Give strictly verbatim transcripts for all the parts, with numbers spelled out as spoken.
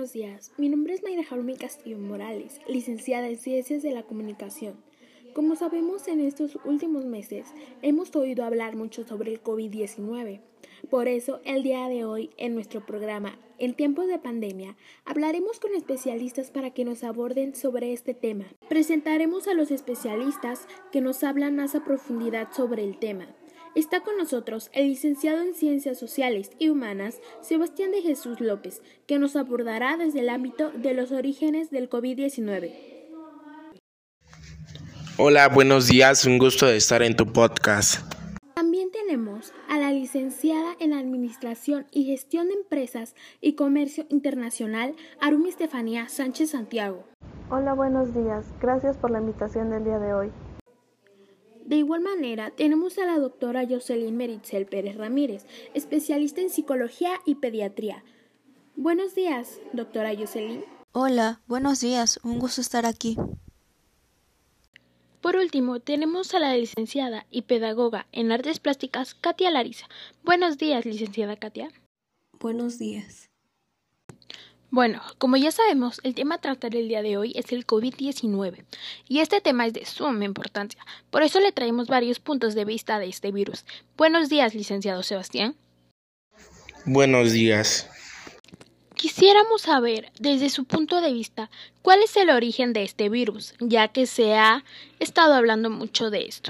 Buenos días, mi nombre es Mayra Jarumi Castillo Morales, licenciada en Ciencias de la Comunicación. Como sabemos, en estos últimos meses hemos oído hablar mucho sobre el COVID diecinueve. Por eso, el día de hoy, en nuestro programa En tiempos de pandemia, hablaremos con especialistas para que nos aborden sobre este tema. Presentaremos a los especialistas que nos hablan más a profundidad sobre el tema. Está con nosotros el licenciado en Ciencias Sociales y Humanas, Sebastián de Jesús López, que nos abordará desde el ámbito de los orígenes del COVID diecinueve. Hola, buenos días, un gusto de estar en tu podcast. También tenemos a la licenciada en Administración y Gestión de Empresas y Comercio Internacional, Arumi Estefanía Sánchez Santiago. Hola, buenos días. Gracias por la invitación del día de hoy. De igual manera, tenemos a la doctora Jocelyn Meritzel Pérez Ramírez, especialista en Psicología y Pediatría. Buenos días, doctora Jocelyn. Hola, buenos días. Un gusto estar aquí. Por último, tenemos a la licenciada y pedagoga en Artes Plásticas, Katia Lariza. Buenos días, licenciada Katia. Buenos días. Bueno, como ya sabemos, el tema a tratar el día de hoy es el COVID diecinueve, y este tema es de suma importancia. Por eso le traemos varios puntos de vista de este virus. Buenos días, licenciado Sebastián. Buenos días. Quisiéramos saber, desde su punto de vista, cuál es el origen de este virus, ya que se ha estado hablando mucho de esto.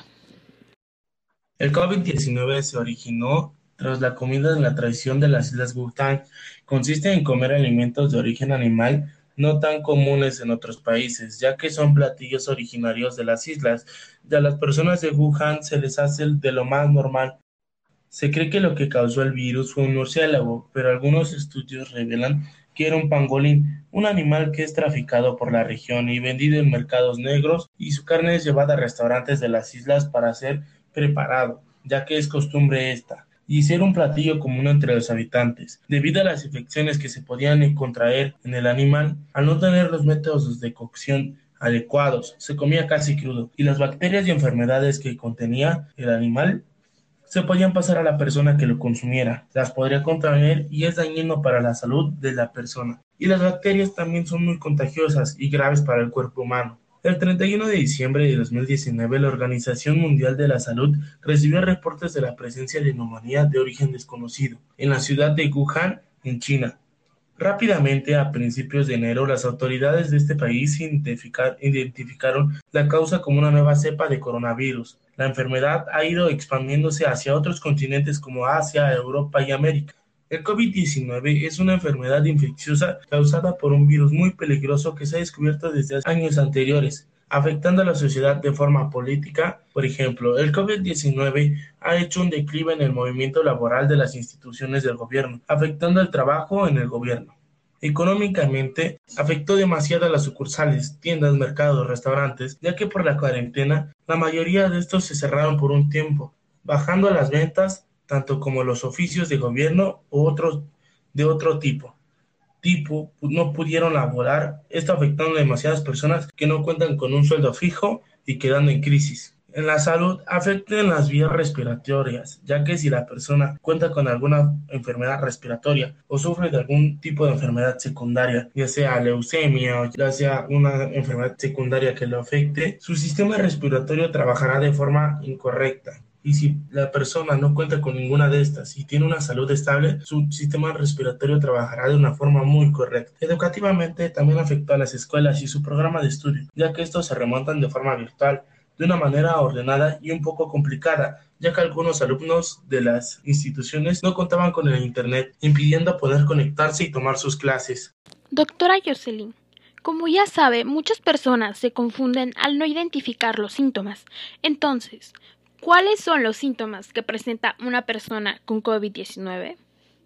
El COVID diecinueve se originó tras la comida en la tradición de las Islas Wuhan. Consiste en comer alimentos de origen animal no tan comunes en otros países, ya que son platillos originarios de las islas, y a las personas de Wuhan se les hace de lo más normal. Se cree que lo que causó el virus fue un murciélago, pero algunos estudios revelan que era un pangolín, un animal que es traficado por la región y vendido en mercados negros, y su carne es llevada a restaurantes de las islas para ser preparado, ya que es costumbre esta, y ser un platillo común entre los habitantes. Debido a las infecciones que se podían contraer en el animal, al no tener los métodos de cocción adecuados, se comía casi crudo, y las bacterias y enfermedades que contenía el animal se podían pasar a la persona que lo consumiera, las podría contraer y es dañino para la salud de la persona. Y las bacterias también son muy contagiosas y graves para el cuerpo humano. El treinta y uno de diciembre de dos mil diecinueve, la Organización Mundial de la Salud recibió reportes de la presencia de neumonía de origen desconocido en la ciudad de Wuhan, en China. Rápidamente, a principios de enero, las autoridades de este país identificar, identificaron la causa como una nueva cepa de coronavirus. La enfermedad ha ido expandiéndose hacia otros continentes como Asia, Europa y América. El COVID diecinueve es una enfermedad infecciosa causada por un virus muy peligroso que se ha descubierto desde años anteriores, afectando a la sociedad de forma política. Por ejemplo, el COVID diecinueve ha hecho un declive en el movimiento laboral de las instituciones del gobierno, afectando el trabajo en el gobierno. Económicamente, afectó demasiado a las sucursales, tiendas, mercados, restaurantes, ya que por la cuarentena, la mayoría de estos se cerraron por un tiempo, bajando las ventas, tanto como los oficios de gobierno u otros de otro tipo. tipo no pudieron laborar, esto afectando a demasiadas personas que no cuentan con un sueldo fijo y quedando en crisis. En la salud, afecta en las vías respiratorias, ya que si la persona cuenta con alguna enfermedad respiratoria o sufre de algún tipo de enfermedad secundaria, ya sea leucemia o ya sea una enfermedad secundaria que lo afecte, su sistema respiratorio trabajará de forma incorrecta. Y si la persona no cuenta con ninguna de estas y tiene una salud estable, su sistema respiratorio trabajará de una forma muy correcta. Educativamente también afectó a las escuelas y su programa de estudio, ya que estos se remontan de forma virtual, de una manera ordenada y un poco complicada, ya que algunos alumnos de las instituciones no contaban con el internet, impidiendo poder conectarse y tomar sus clases. Doctora Jocelyn, como ya sabe, muchas personas se confunden al no identificar los síntomas. Entonces, ¿cuáles son los síntomas que presenta una persona con COVID diecinueve?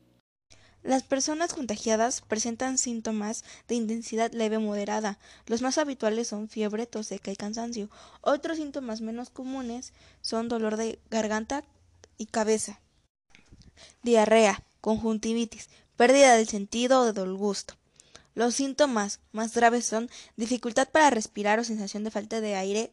Las personas contagiadas presentan síntomas de intensidad leve moderada. Los más habituales son fiebre, tos seca y cansancio. Otros síntomas menos comunes son dolor de garganta y cabeza, diarrea, conjuntivitis, pérdida del sentido o del gusto. Los síntomas más graves son dificultad para respirar o sensación de falta de aire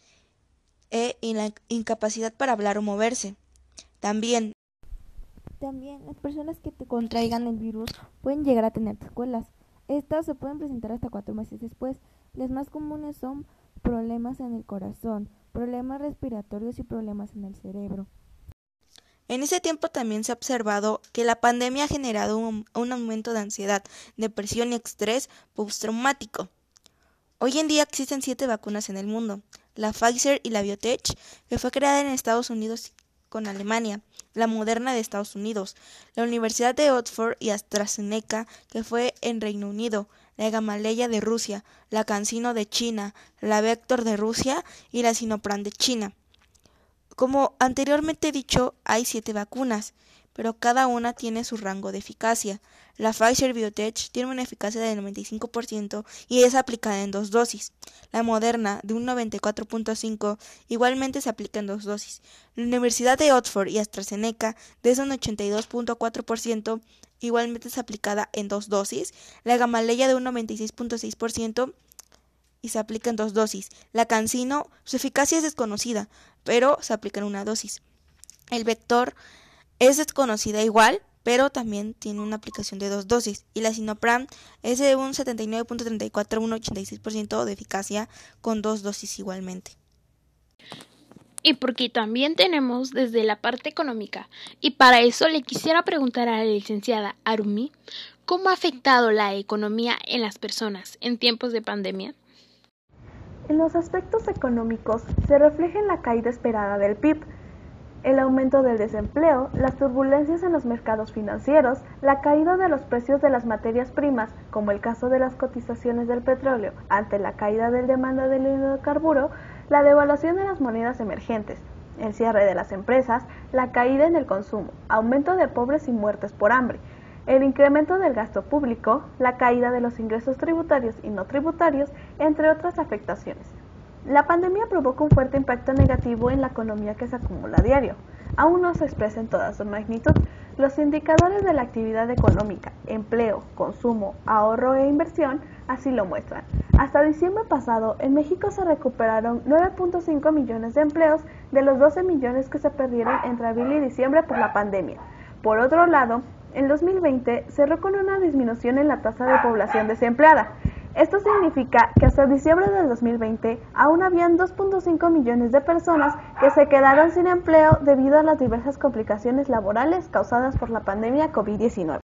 e incapacidad para hablar o moverse. También También las personas que te contraigan el virus pueden llegar a tener secuelas. Estas se pueden presentar hasta cuatro meses después. Las más comunes son problemas en el corazón, problemas respiratorios y problemas en el cerebro. En ese tiempo también se ha observado que la pandemia ha generado un, un aumento de ansiedad, depresión y estrés postraumático. Hoy en día existen siete vacunas en el mundo: la Pfizer y la BioNTech, que fue creada en Estados Unidos con Alemania, la Moderna de Estados Unidos, la Universidad de Oxford y AstraZeneca, que fue en Reino Unido, la Gamaleya de Rusia, la CanSino de China, la Vector de Rusia y la Sinopharm de China. Como anteriormente he dicho, hay siete vacunas, pero cada una tiene su rango de eficacia. La Pfizer-BioNTech tiene una eficacia del noventa y cinco por ciento y es aplicada en dos dosis. La Moderna, de un noventa y cuatro punto cinco por ciento, igualmente se aplica en dos dosis. La Universidad de Oxford y AstraZeneca, de un ochenta y dos punto cuatro por ciento, igualmente es aplicada en dos dosis. La Gamaleya, de un noventa y seis punto seis por ciento, y se aplica en dos dosis. La CanSino, su eficacia es desconocida, pero se aplica en una dosis. El Vector es desconocida igual, pero también tiene una aplicación de dos dosis. Y la Sinopharm es de un setenta y nueve punto treinta y cuatro a un ochenta y seis por ciento de eficacia con dos dosis igualmente. Y porque también tenemos desde la parte económica. Y para eso le quisiera preguntar a la licenciada Arumi, ¿cómo ha afectado la economía en las personas en tiempos de pandemia? En los aspectos económicos se refleja en la caída esperada del P I B, el aumento del desempleo, las turbulencias en los mercados financieros, la caída de los precios de las materias primas, como el caso de las cotizaciones del petróleo ante la caída del demanda del hidrocarburo, la devaluación de las monedas emergentes, el cierre de las empresas, la caída en el consumo, aumento de pobres y muertes por hambre, el incremento del gasto público, la caída de los ingresos tributarios y no tributarios, entre otras afectaciones. La pandemia provoca un fuerte impacto negativo en la economía que se acumula a diario. Aún no se expresa en toda su magnitud. Los indicadores de la actividad económica, empleo, consumo, ahorro e inversión así lo muestran. Hasta diciembre pasado, en México se recuperaron nueve punto cinco millones de empleos de los doce millones que se perdieron entre abril y diciembre por la pandemia. Por otro lado, en dos mil veinte cerró con una disminución en la tasa de población desempleada. Esto significa que hasta diciembre del dos mil veinte aún habían dos punto cinco millones de personas que se quedaron sin empleo debido a las diversas complicaciones laborales causadas por la pandemia COVID diecinueve.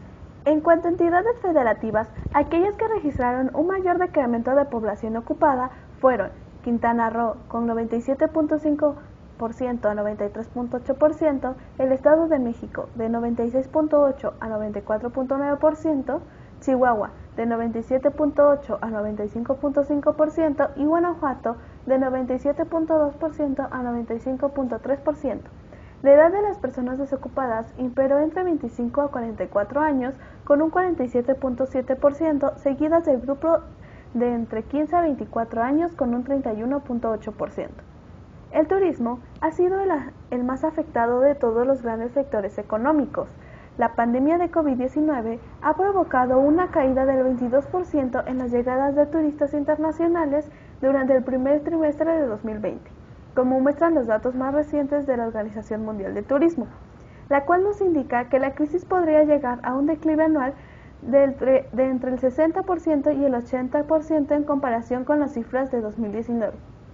En cuanto a entidades federativas, aquellas que registraron un mayor decremento de población ocupada fueron Quintana Roo con noventa y siete punto cinco por ciento a noventa y tres punto ocho por ciento, el Estado de México de noventa y seis punto ocho por ciento a noventa y cuatro punto nueve por ciento, Chihuahua de noventa y siete punto ocho por ciento a noventa y cinco punto cinco por ciento y Guanajuato de noventa y siete punto dos por ciento a noventa y cinco punto tres por ciento. La edad de las personas desocupadas imperó entre veinticinco a cuarenta y cuatro años con un cuarenta y siete punto siete por ciento, seguidas del grupo de entre quince a veinticuatro años con un treinta y uno punto ocho por ciento. El turismo ha sido el, el más afectado de todos los grandes sectores económicos. La pandemia de COVID diecinueve ha provocado una caída del veintidós por ciento en las llegadas de turistas internacionales durante el primer trimestre de dos mil veinte, como muestran los datos más recientes de la Organización Mundial de Turismo, la cual nos indica que la crisis podría llegar a un declive anual de entre, de entre el sesenta por ciento y el ochenta por ciento en comparación con las cifras de dos mil diecinueve.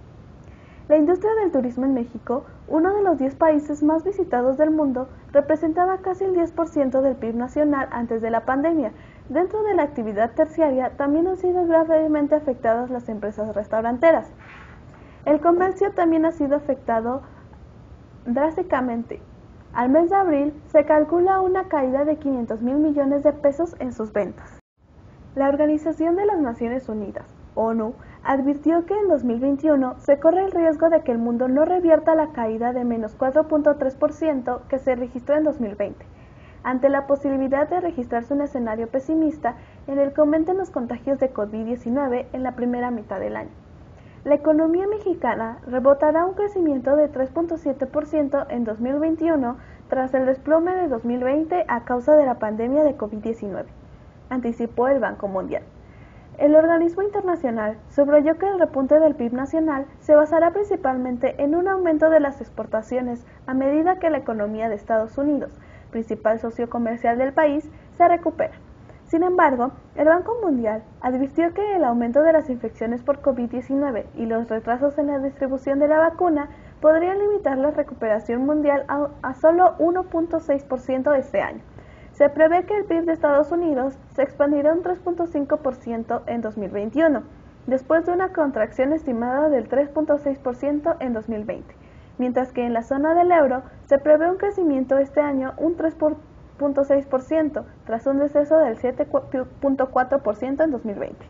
La industria del turismo en México, uno de los diez países más visitados del mundo, representaba casi el diez por ciento del P I B nacional antes de la pandemia. Dentro de la actividad terciaria también han sido gravemente afectadas las empresas restauranteras. El comercio también ha sido afectado drásticamente. Al mes de abril se calcula una caída de quinientos mil millones de pesos en sus ventas. La Organización de las Naciones Unidas, ONU, advirtió que en dos mil veintiuno se corre el riesgo de que el mundo no revierta la caída de menos cuatro punto tres por ciento que se registró en dos mil veinte, ante la posibilidad de registrarse un escenario pesimista en el que aumenten los contagios de COVID diecinueve en la primera mitad del año. La economía mexicana rebotará un crecimiento de tres punto siete por ciento en dos mil veintiuno tras el desplome de dos mil veinte a causa de la pandemia de COVID diecinueve, anticipó el Banco Mundial. El organismo internacional subrayó que el repunte del P I B nacional se basará principalmente en un aumento de las exportaciones a medida que la economía de Estados Unidos, principal socio comercial del país, se recupera. Sin embargo, el Banco Mundial advirtió que el aumento de las infecciones por COVID diecinueve y los retrasos en la distribución de la vacuna podrían limitar la recuperación mundial a, a solo uno punto seis por ciento este año. Se prevé que el P I B de Estados Unidos se expandirá un tres punto cinco por ciento en dos mil veintiuno, después de una contracción estimada del tres punto seis por ciento en dos mil veinte, mientras que en la zona del euro se prevé un crecimiento este año un tres punto seis por ciento, tras un deceso del siete punto cuatro por ciento en dos mil veinte.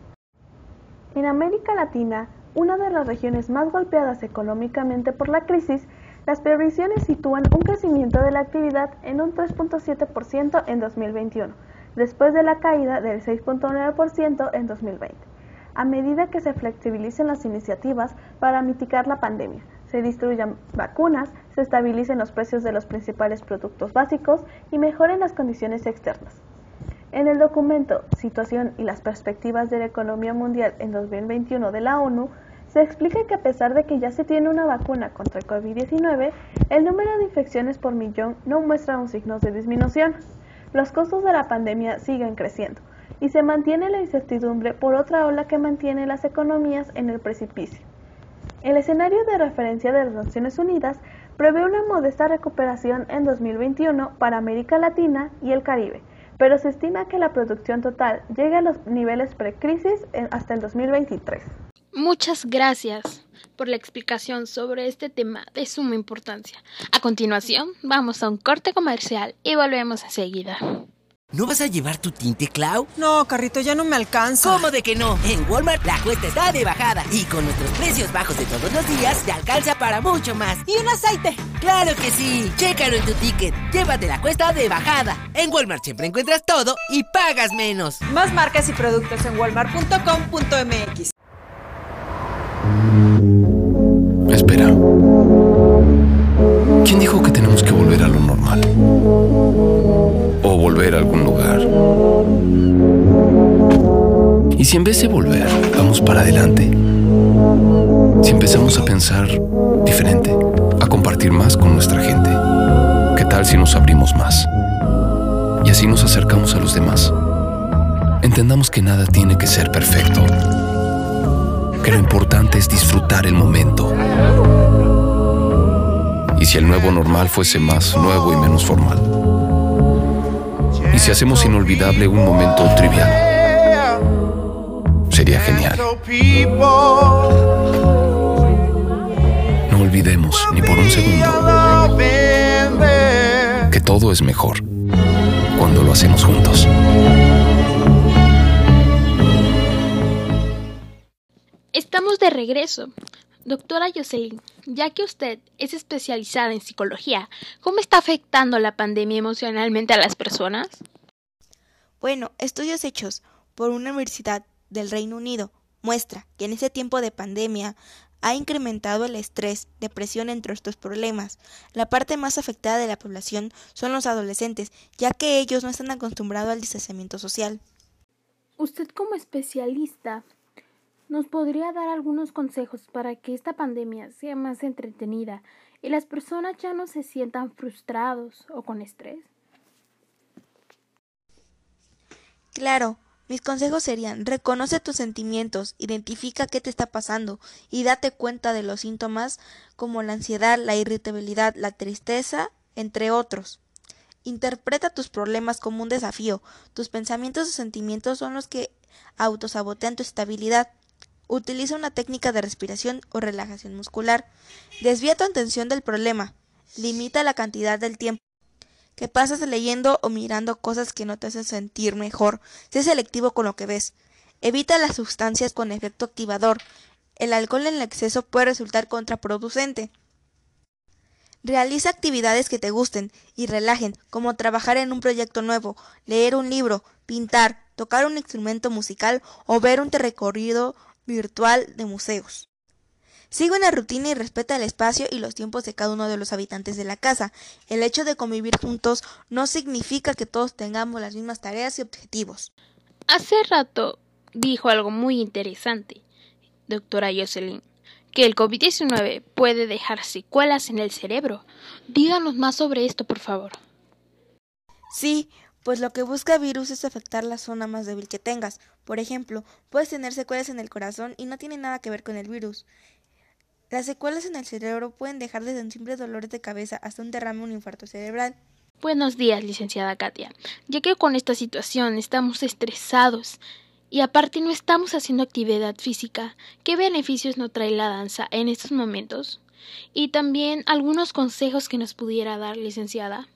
En América Latina, una de las regiones más golpeadas económicamente por la crisis, las previsiones sitúan un crecimiento de la actividad en un tres punto siete por ciento en dos mil veintiuno, después de la caída del seis punto nueve por ciento en dos mil veinte. A medida que se flexibilicen las iniciativas para mitigar la pandemia, se distribuyan vacunas, se estabilicen los precios de los principales productos básicos y mejoren las condiciones externas. En el documento Situación y las perspectivas de la economía mundial en dos mil veintiuno de la ONU, se explica que a pesar de que ya se tiene una vacuna contra el COVID diecinueve, el número de infecciones por millón no muestra un signo de disminución. Los costos de la pandemia siguen creciendo y se mantiene la incertidumbre por otra ola que mantiene las economías en el precipicio. El escenario de referencia de las Naciones Unidas prevé una modesta recuperación en dos mil veintiuno para América Latina y el Caribe, pero se estima que la producción total llegue a los niveles precrisis hasta el dos mil veintitrés. Muchas gracias por la explicación sobre este tema de suma importancia. A continuación, vamos a un corte comercial y volvemos enseguida. ¿No vas a llevar tu tinte, Clau? No, carrito, ya no me alcanza. ¿Cómo de que no? En Walmart la cuesta está de bajada y con nuestros precios bajos de todos los días te alcanza para mucho más. ¿Y un aceite? ¡Claro que sí! Chécalo en tu ticket. Llévate la cuesta de bajada. En Walmart siempre encuentras todo y pagas menos. Más marcas y productos en walmart punto com punto m x. Espera. ¿Quién dijo que tenemos que volver a lo normal? O volver a algún lugar. ¿Y si en vez de volver, vamos para adelante? Si empezamos a pensar diferente, a compartir más con nuestra gente, ¿qué tal si nos abrimos más? Y así nos acercamos a los demás. Entendamos que nada tiene que ser perfecto, que lo importante es disfrutar el momento. ¿Y si el nuevo normal fuese más nuevo y menos formal? ¿Y si hacemos inolvidable un momento trivial? Sería genial. No olvidemos ni por un segundo que todo es mejor cuando lo hacemos juntos. Estamos de regreso. Doctora Jocelyn, ya que usted es especializada en psicología, ¿cómo está afectando la pandemia emocionalmente a las personas? Bueno, estudios hechos por una universidad del Reino Unido muestra que en ese tiempo de pandemia ha incrementado el estrés, depresión entre estos problemas. La parte más afectada de la población son los adolescentes, ya que ellos no están acostumbrados al distanciamiento social. Usted como especialista, ¿nos podría dar algunos consejos para que esta pandemia sea más entretenida y las personas ya no se sientan frustrados o con estrés? Claro, mis consejos serían: reconoce tus sentimientos, identifica qué te está pasando y date cuenta de los síntomas como la ansiedad, la irritabilidad, la tristeza, entre otros. Interpreta tus problemas como un desafío. Tus pensamientos o sentimientos son los que autosabotean tu estabilidad. Utiliza una técnica de respiración o relajación muscular. Desvía tu atención del problema. Limita la cantidad del tiempo que pasas leyendo o mirando cosas que no te hacen sentir mejor. Sé selectivo con lo que ves. Evita las sustancias con efecto activador. El alcohol en exceso puede resultar contraproducente. Realiza actividades que te gusten y relajen, como trabajar en un proyecto nuevo, leer un libro, pintar, tocar un instrumento musical o ver un recorrido virtual de museos. Sigue una rutina y respeta el espacio y los tiempos de cada uno de los habitantes de la casa. El hecho de convivir juntos no significa que todos tengamos las mismas tareas y objetivos. Hace rato dijo algo muy interesante, doctora Jocelyn, que el COVID diecinueve puede dejar secuelas en el cerebro. Díganos más sobre esto, por favor. Sí, pues lo que busca virus es afectar la zona más débil que tengas. Por ejemplo, puedes tener secuelas en el corazón y no tiene nada que ver con el virus. Las secuelas en el cerebro pueden dejar desde un simple dolor de cabeza hasta un derrame o un infarto cerebral. Buenos días, licenciada Katia. Ya que con esta situación estamos estresados y aparte no estamos haciendo actividad física, ¿qué beneficios nos trae la danza en estos momentos? Y también algunos consejos que nos pudiera dar, licenciada.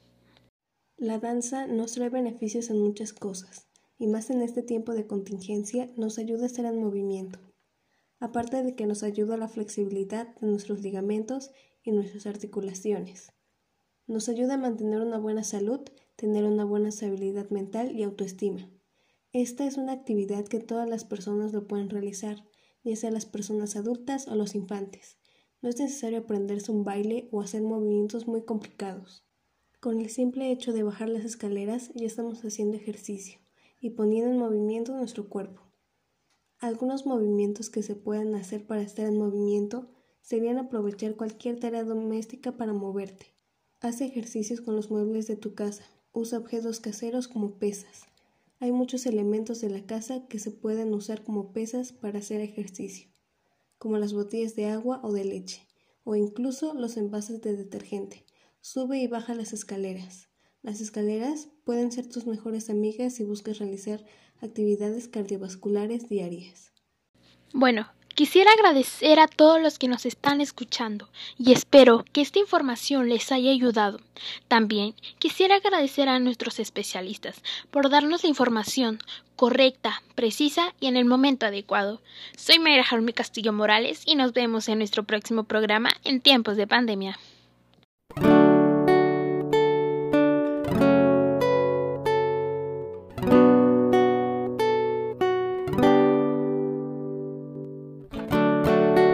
La danza nos trae beneficios en muchas cosas, y más en este tiempo de contingencia nos ayuda a estar en movimiento. Aparte de que nos ayuda a la flexibilidad de nuestros ligamentos y nuestras articulaciones. Nos ayuda a mantener una buena salud, tener una buena estabilidad mental y autoestima. Esta es una actividad que todas las personas lo pueden realizar, ya sea las personas adultas o los infantes. No es necesario aprenderse un baile o hacer movimientos muy complicados. Con el simple hecho de bajar las escaleras ya estamos haciendo ejercicio y poniendo en movimiento nuestro cuerpo. Algunos movimientos que se pueden hacer para estar en movimiento serían aprovechar cualquier tarea doméstica para moverte. Haz ejercicios con los muebles de tu casa. Usa objetos caseros como pesas. Hay muchos elementos de la casa que se pueden usar como pesas para hacer ejercicio, como las botellas de agua o de leche, o incluso los envases de detergente. Sube y baja las escaleras. Las escaleras pueden ser tus mejores amigas si buscas realizar actividades cardiovasculares diarias. Bueno, quisiera agradecer a todos los que nos están escuchando y espero que esta información les haya ayudado. También quisiera agradecer a nuestros especialistas por darnos la información correcta, precisa y en el momento adecuado. Soy Mayra Jarumi Castillo Morales y nos vemos en nuestro próximo programa en tiempos de pandemia. Thank you.